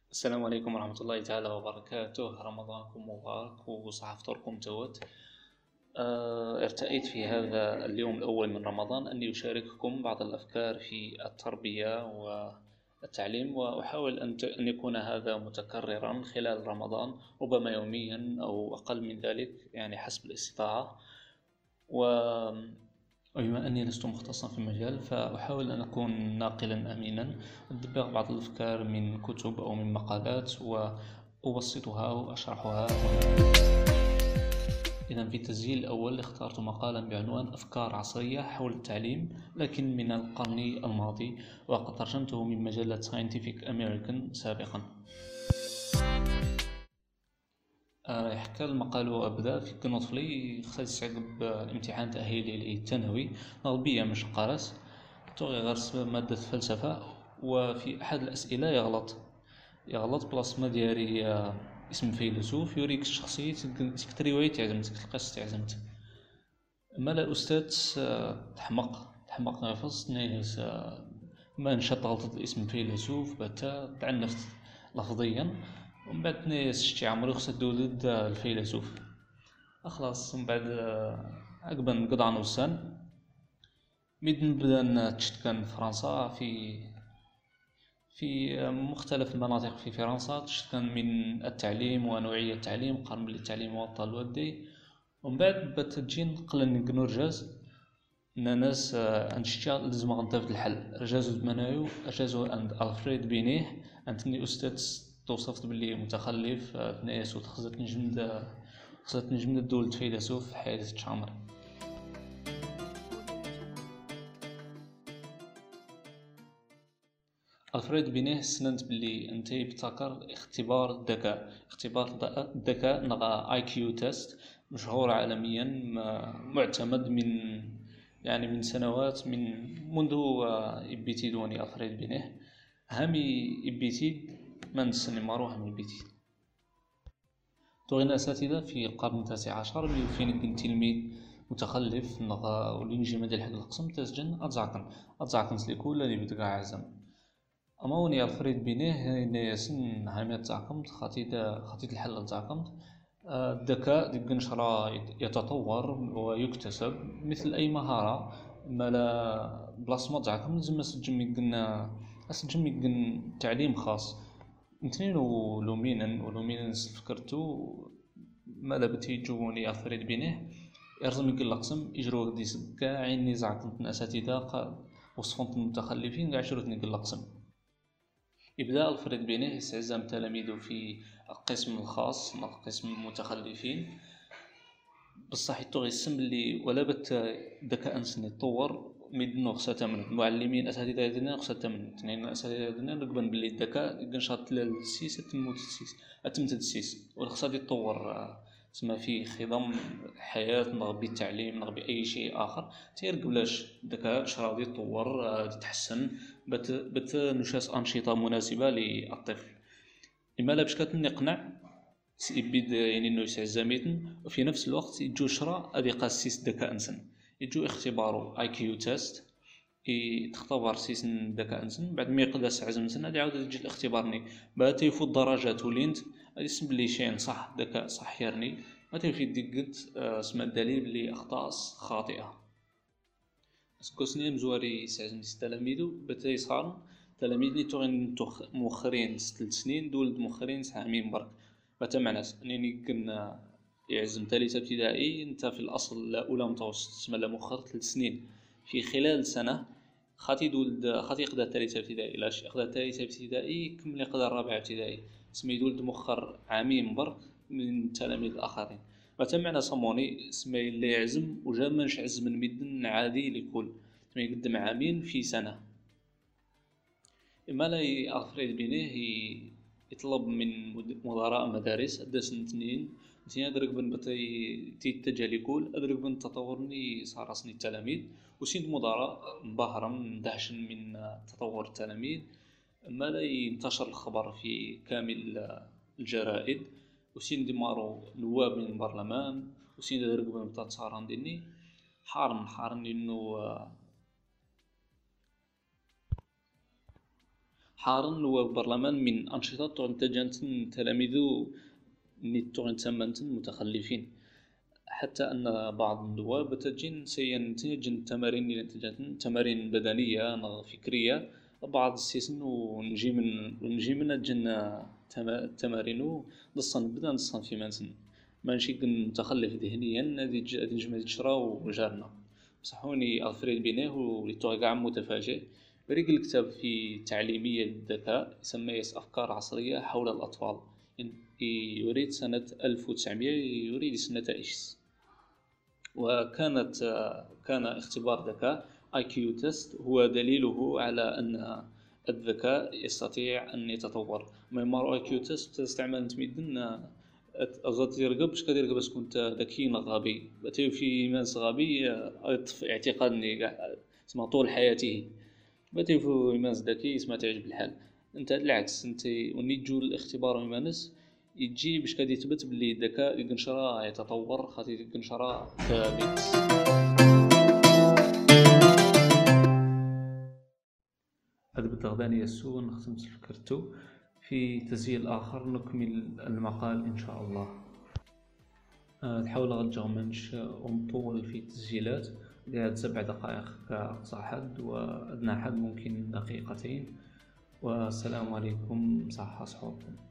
السلام عليكم ورحمة الله تعالى وبركاته. رمضانكم مبارك وصحة فطوركم توت. ارتأيت في هذا اليوم الأول من رمضان أني أشارككم بعض الأفكار في التربية والتعليم، وأحاول أن يكون هذا متكررا خلال رمضان، ربما يوميا أو أقل من ذلك، يعني حسب الاستطاعة. وبما أني لست مختصا في المجال فأحاول أن أكون ناقلا أمينا، أدبر بعض الأفكار من كتب أو من مقالات وأبسطها وأشرحها هنا. إذا في التسجيل الأول اخترت مقالا بعنوان أفكار عصرية حول التعليم لكن من القرن الماضي، وقد ترجمته من مجلة Scientific American سابقا. يحكى المقال وأبدأ في كنطفلي خصيص عقب الامتحان التأهيلي للثانوي نظرية مش قارس توغي غرس مادة فلسفة، وفي أحد الأسئلة يغلط بلاص ما دياري اسم فيلسوف يوريك الشخصية تكتب رواية تعزمت القصة تعزمت. ما لا الأستاذ تحمق نفس نيس ما نشط غلطة اسم فيلسوف بتا تعنفت لفظيا، ومن بعد نيس شتي عمري خصها تولد الفيلسوف خلاص. من بعد عقبا نقضع نوسان ميد نبدا تشت كان فرنسا في مختلف المناطق في فرنسا تشت كان من التعليم ونوعية التعليم قارن بلي التعليم وطا الودي. ومن بعد بات تجي نقلن نرجاز ناس انشتيا لازم غنتافد الحل رجازو منايو رجازو عند الفريد بينيه انتني استاذ توصفت باللي متخلف ناس خصت نجمد دولة فيلسوف حياة تشامر. الفريد بينيه سننت باللي انت يبتكر اختبار الذكاء، الذكاء نغا اي كيو تيست مشهور عالميا، معتمد من سنوات، منذ ابتدى دوني الفريد بينيه هامي ابتدى من سنة مروح من ابتدى توغينا أساتذة في القرن التاسع عشر اللي فين كنت تلميذ متخلف نغا ولي نجي مدى حق القسم تسجن أتزعكن سليكو اللي بدقا عزم. أما وني الفريد بينيه نيسن هامية تزعكمت خطيت الحل تزعكمت. الذكاء ديك نشرا يتطور ويكتسب مثل أي مهارة، ما لا بلاص ما تزعكم لازم أسجم يقن تعليم خاص. نتنين ولومينن فكرتو ما لا بتي جوني الفريد بينيه يرزم يقل القسم يجرو ديس كاع عيني زعكمت أساتذة وصفنت المتخلفين قاع شروتني يقل القسم. يبدأ الفريد بينيه يستعزم تلاميذه في القسم الخاص مع قسم المتخلفين، بصح يطوغ يسم اللي ولا بت ذكاء انسان يتطور ميدنو خصها تمن المعلمين اساتذه ديالنا خصها تمن اثنين اساتذه ديالنا نقبل باللي الذكاء ينشط للسيس تموت السيس اتمت السيس وخصها يتطور. تسمى فيه خضم حياة نغبي التعليم نغبي أي شيء آخر تير قبلاش الذكاء شراضي يتطور يتحسن بت نشاس أنشطة مناسبة للطفل. إما لا باش كتنقنع يبيد يعني انه يسعى ميتن، وفي نفس الوقت يجو شرا ادي قاسيس ذكاء انسان يجو اختبارو اي كيو تيست تختبر سيس ذكاء انسان بعد ما يقدر عزم سنه غادي يعاود يجي الاختبارني بعد تيفوت درجات ولينت غادي يسم بلي شين صح ذكاء صح يرني ما تيفي ديكت اسم الدليل بلي اخطاء خاطئه. اسكو سنين مزواري يسعزم تلاميذو بتا يصار تلاميذ توغين مؤخرين 3 سنين دول مؤخرين عامين برك بتا معناس انني كنا يعزم ثالثة ابتدائي انت في الاصل لا اولى متوسط تسمى لا مؤخر 3 سنين في خلال سنة خاطي يقدر ثالثة ابتدائي لاش يقدر ثالثة ابتدائي كمل يقدر رابعة ابتدائي سمي دول مؤخر عامين برك من التلاميذ الاخرين فتمعنا صموني اسمي اللي يعزم وجا منش عزم من مدن عادي لكل تما يقدم عامين في سنة. إما لا ألفريد بينيه يطلب من مدراء مدارس أدى سنتين أدرك بن بطي تيتجه لكل أدرك بن تطورني صار أصني التلاميذ وسيد مدراء مباهرا مندهش من تطور التلاميذ. ما لا ينتشر الخبر في كامل الجرائد وسين ديمارو نواب من البرلمان وسين درك بن تتصارن ديني حارن حارن نواب البرلمان من أنشطة تجانتن تلاميذ تمنتن متخلفين، حتى أن بعض النواب تجين سينتجن تمارين تمارين بدنية فكرية بعض السيسن ونجي من جن تمارين نصن بدا نصن في منسن ماشي متخلف ذهنيا هذه نجم تشرا وجارنا. بصحوني ألفريد بينيه ولي كاع متفاجئ بريق الكتاب في تعليمية للذكاء يسمى أفكار عصرية حول الأطفال، يريد سنة 1900 يريد نتائج. كان اختبار ذكاء IQ تيست هو دليله على أن الذكاء يستطيع أن يتطور. ميمار IQ تيست تستعمل تميدن أغاط يرقب باش كدير باش كنت ذكي غبي باتيو في ناس غبي اعتقادني اسمه طول حياته باتيو في ناس ذكي اسمه تعجب الحال. انت العكس انت وني تجو الاختبار ممانس يجي باش كادي يثبت باللي الذكاء يقنشرا يتطور خاطر يقنشرا ثابت. هذا بالتغذاني السوء نختم فكرته في تسجيل آخر نكمل المقال إن شاء الله. نحاول غنجر منش ونطول في التسجيلات قاعد 7 دقائق كأقصى حد وأدنى حد ممكن دقيقتين. والسلام عليكم، صحة صحوكم.